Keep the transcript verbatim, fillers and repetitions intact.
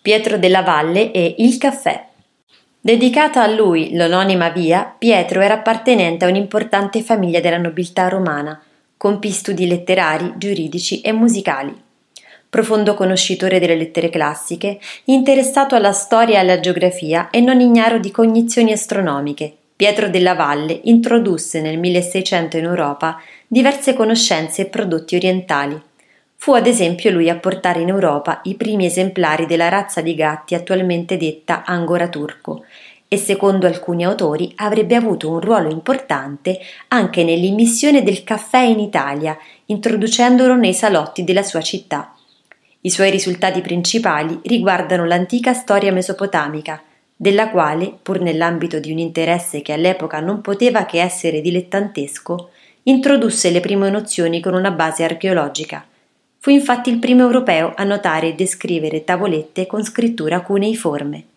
Pietro della Valle e Il caffè. Dedicata a lui l'omonima via, Pietro era appartenente a un'importante famiglia della nobiltà romana, compì studi letterari, giuridici e musicali. Profondo conoscitore delle lettere classiche, interessato alla storia e alla geografia e non ignaro di cognizioni astronomiche, Pietro della Valle introdusse nel milleseicento in Europa diverse conoscenze e prodotti orientali. Fu ad esempio lui a portare in Europa i primi esemplari della razza di gatti attualmente detta Angora turco e secondo alcuni autori avrebbe avuto un ruolo importante anche nell'immissione del caffè in Italia, introducendolo nei salotti della sua città. I suoi risultati principali riguardano l'antica storia mesopotamica, della quale, pur nell'ambito di un interesse che all'epoca non poteva che essere dilettantesco, introdusse le prime nozioni con una base archeologica. Fu infatti il primo europeo a notare e descrivere tavolette con scrittura cuneiforme.